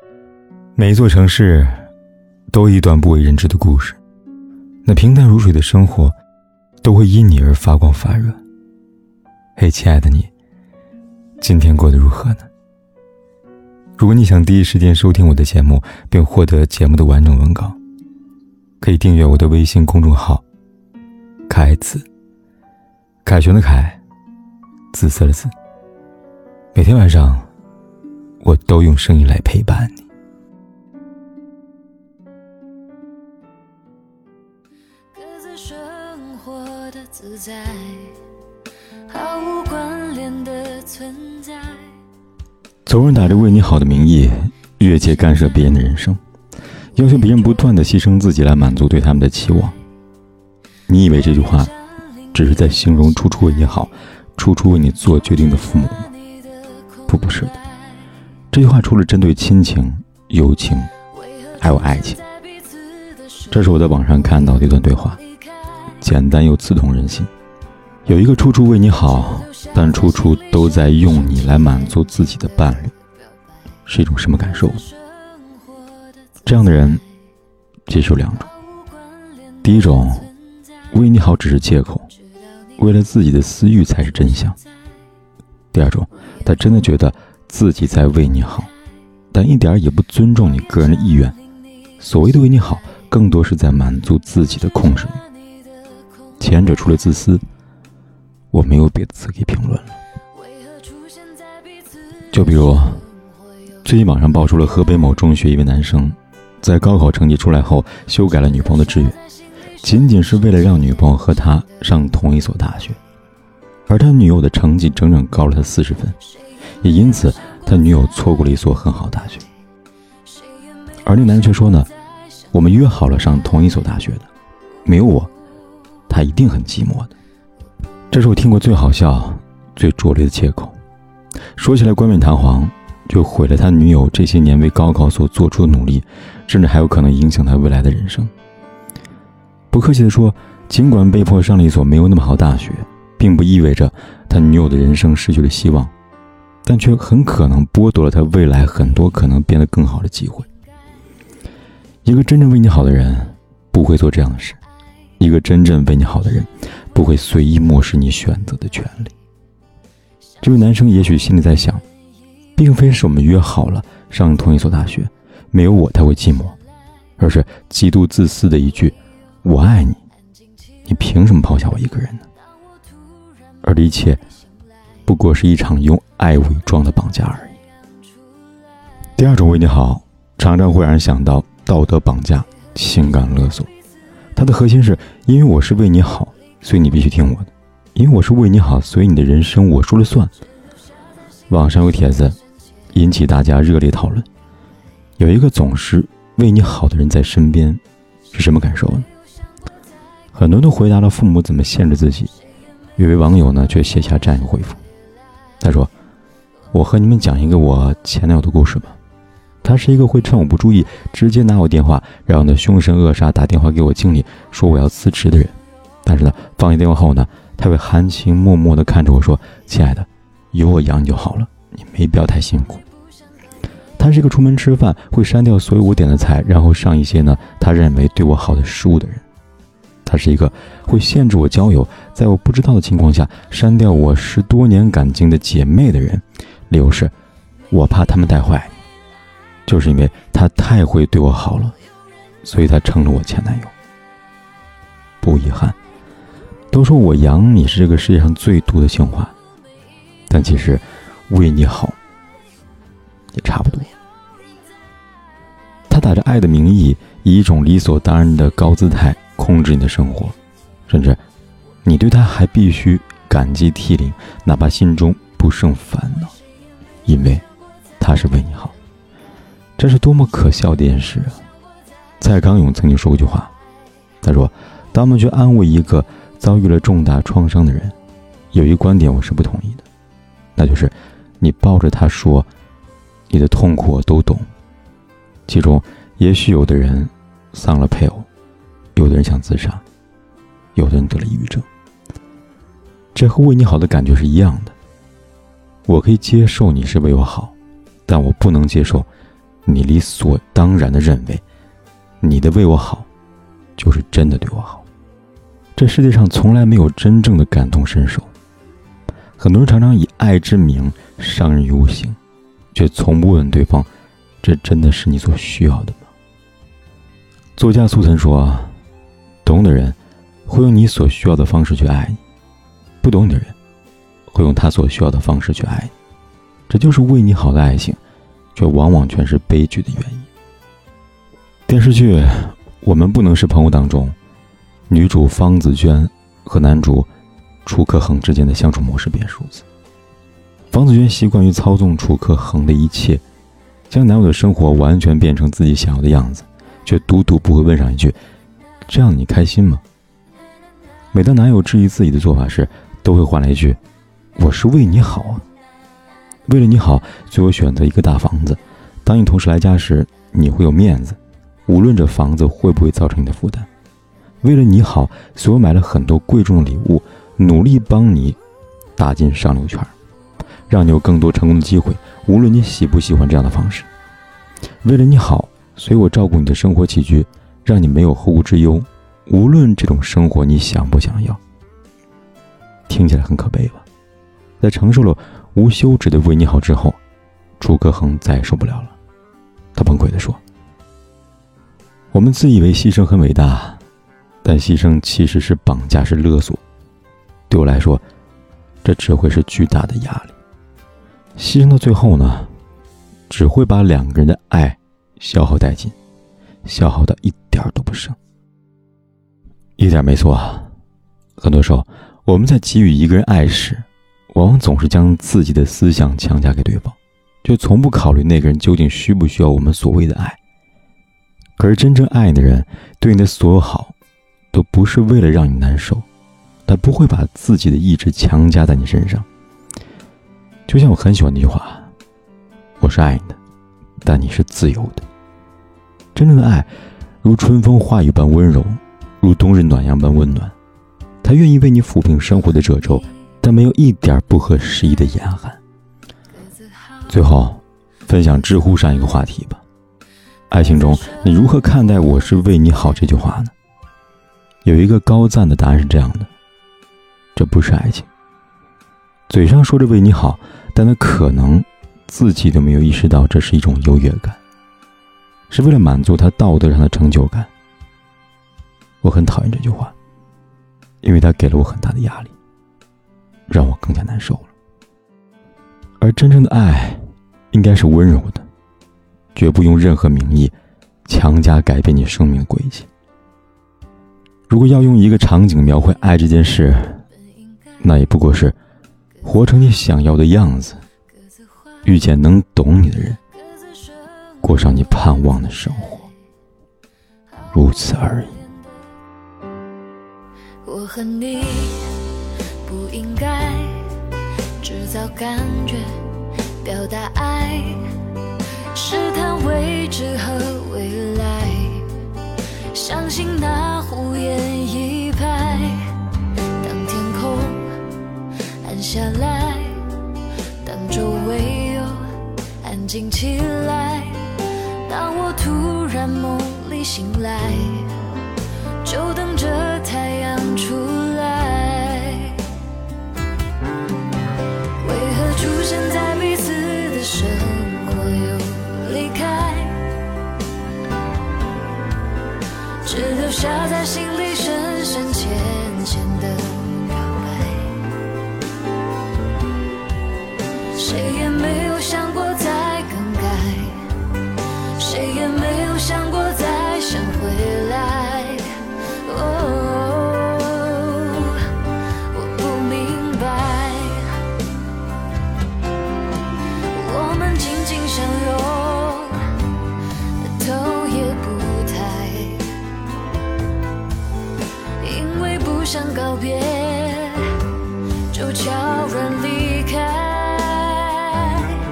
每一座城市都有一段不为人知的故事，那平淡如水的生活都会因你而发光发热。嘿，亲爱的你，今天过得如何呢？如果你想第一时间收听我的节目并获得节目的完整文稿，可以订阅我的微信公众号凯子，凯旋的凯，紫色的紫。每天晚上我都用声音来陪伴你。 各自生活的自在，毫无关联的存在。 总有人打着为你好的名义越界干涉别人的人生，要求别人不断地牺牲自己来满足对他们的期望。你以为这句话只是在形容处处为你好，处处为你做决定的父母吗？不是的，这句话除了针对亲情、友情还有爱情。这是我在网上看到的一段对话，简单又刺痛人心。有一个处处为你好，但处处都在用你来满足自己的伴侣，是一种什么感受呢？这样的人其实有两种。第一种，为你好只是借口，为了自己的私欲才是真相。第二种，他真的觉得自己在为你好，但一点也不尊重你个人的意愿。所谓的为你好，更多是在满足自己的控制欲。前者除了自私，我没有别的词可以评论了。就比如最近网上爆出了河北某中学一位男生在高考成绩出来后修改了女朋友的志愿，仅仅是为了让女朋友和他上同一所大学，而他女友的成绩整整高了他40分，也因此他女友错过了一所很好的大学。而那男人却说呢，我们约好了上同一所大学的，没有我他一定很寂寞的。这是我听过最好笑最拙劣的借口，说起来冠冕堂皇，就毁了他女友这些年为高考所做出的努力，甚至还有可能影响他未来的人生。不客气地说，尽管被迫上了一所没有那么好大学，并不意味着他女友的人生失去了希望，但却很可能剥夺了他未来很多可能变得更好的机会。一个真正为你好的人不会做这样的事，一个真正为你好的人不会随意漠视你选择的权利。这位男生也许心里在想，并非是我们约好了上同一所大学，没有我他会寂寞，而是极度自私的一句我爱你，你凭什么抛下我一个人呢？而这一切不过是一场用爱伪装的绑架而已。第二种为你好常常会让人想到道德绑架、情感勒索。它的核心是因为我是为你好，所以你必须听我的，因为我是为你好，所以你的人生我说了算。网上有帖子引起大家热烈讨论，有一个总是为你好的人在身边是什么感受呢？很多人都回答了父母怎么限制自己，有位网友呢却写下这样一个回复，他说，我和你们讲一个我前男友的故事吧。他是一个会趁我不注意直接拿我电话，然后呢凶神恶煞打电话给我经理说我要辞职的人。但是呢放下电话后呢，他会含情脉脉地看着我说，亲爱的，有我养你就好了，你没必要太辛苦。他是一个出门吃饭会删掉所有我点的菜，然后上一些呢他认为对我好的食物的人。他是一个会限制我交友，在我不知道的情况下删掉我10多年感情的姐妹的人，理由是我怕他们带坏你。就是因为他太会对我好了，所以他成了我前男友。不遗憾，都说我养你是这个世界上最毒的情话，但其实为你好也差不多。他打着爱的名义，以一种理所当然的高姿态控制你的生活，甚至你对他还必须感激涕零，哪怕心中不胜烦恼，因为他是为你好。这是多么可笑的一件事啊！蔡康永曾经说过一句话，他说，当我们去安慰一个遭遇了重大创伤的人，有一个观点我是不同意的，那就是你抱着他说，你的痛苦我都懂。其中也许有的人丧了配偶，有的人想自杀，有的人得了抑郁症，这和为你好的感觉是一样的。我可以接受你是为我好，但我不能接受你理所当然地认为你的为我好就是真的对我好。这世界上从来没有真正的感同身受，很多人常常以爱之名伤人于无形，却从不问对方，这真的是你所需要的吗？作家苏曾说，懂的人会用你所需要的方式去爱你，不懂的人会用他所需要的方式去爱你。这就是为你好的爱情，却往往全是悲剧的原因。电视剧《我们不能是朋友》当中，女主方子娟和男主楚可恒之间的相处模式便是如此。方子娟习惯于操纵楚可恒的一切，将男友的生活完全变成自己想要的样子，却独独不会问上一句，这样你开心吗？每当男友质疑自己的做法时，都会换来一句，我是为你好啊。为了你好，所以我选择一个大房子，当你同事来家时，你会有面子，无论这房子会不会造成你的负担。为了你好，所以我买了很多贵重的礼物，努力帮你打进上流圈，让你有更多成功的机会，无论你喜不喜欢这样的方式。为了你好，所以我照顾你的生活起居，让你没有后顾之忧，无论这种生活你想不想要。听起来很可悲吧？在承受了无休止的为你好之后，楚可恒再也受不了了，他崩溃地说，我们自以为牺牲很伟大，但牺牲其实是绑架，是勒索。对我来说，这只会是巨大的压力。牺牲到最后呢，只会把两个人的爱消耗殆尽，消耗到一点都不剩。一点没错啊，很多时候我们在给予一个人爱时，往往总是将自己的思想强加给对方，就从不考虑那个人究竟需不需要我们所谓的爱。可是真正爱你的人，对你的所有好都不是为了让你难受，他不会把自己的意志强加在你身上。就像我很喜欢那句话，我是爱你的，但你是自由的。真正的爱如春风化雨般温柔，如冬日暖阳般温暖，他愿意为你抚平生活的褶皱，但没有一点不合时宜的严寒。最后分享知乎上一个话题吧，爱情中你如何看待我是为你好这句话呢？有一个高赞的答案是这样的，这不是爱情。嘴上说着为你好，但他可能自己都没有意识到这是一种优越感，是为了满足他道德上的成就感。我很讨厌这句话，因为它给了我很大的压力，让我更加难受了。而真正的爱应该是温柔的，绝不用任何名义强加改变你生命的轨迹。如果要用一个场景描绘爱这件事，那也不过是活成你想要的样子，遇见能懂你的人，过上你盼望的生活，如此而已。 我和你不应该制造感觉，表达爱，试探未知和未来，相信那胡言一拍。当天空暗下来，当周围又安静起来，当我突然梦里醒来，就等着太阳出来。为何出现在彼此的生活又离开，只留下在心里深深浅浅的表白。谁也没有想过再更改，谁也没有想过再想回来。我不明白，我们紧紧相拥，头也不抬，因为不想告别，就悄然离开。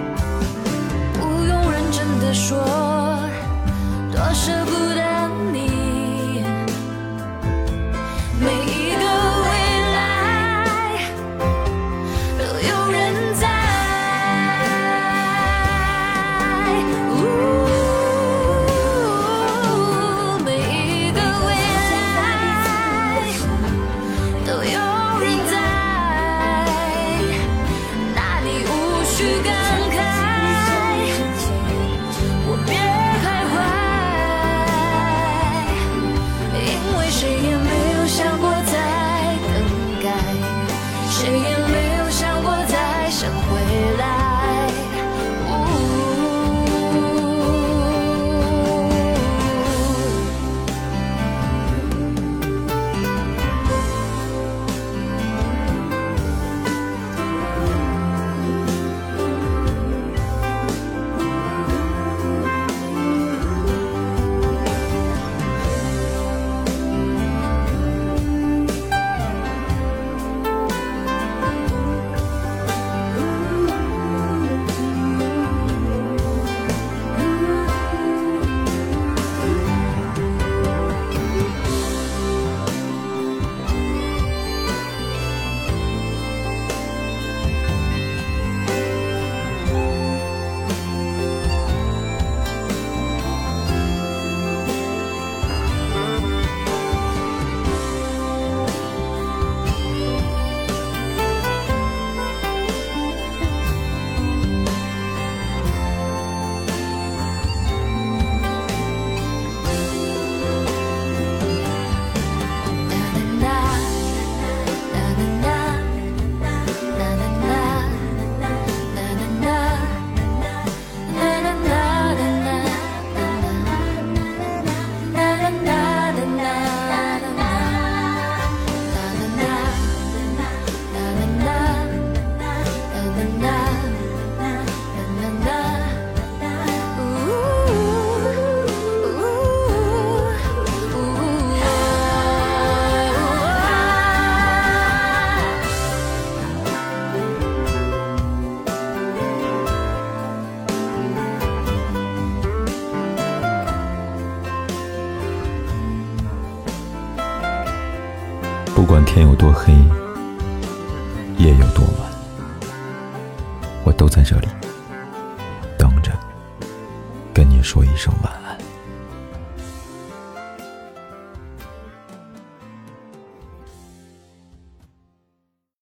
不管天有多黑，夜有多晚，我都在这里等着跟你说一声晚安。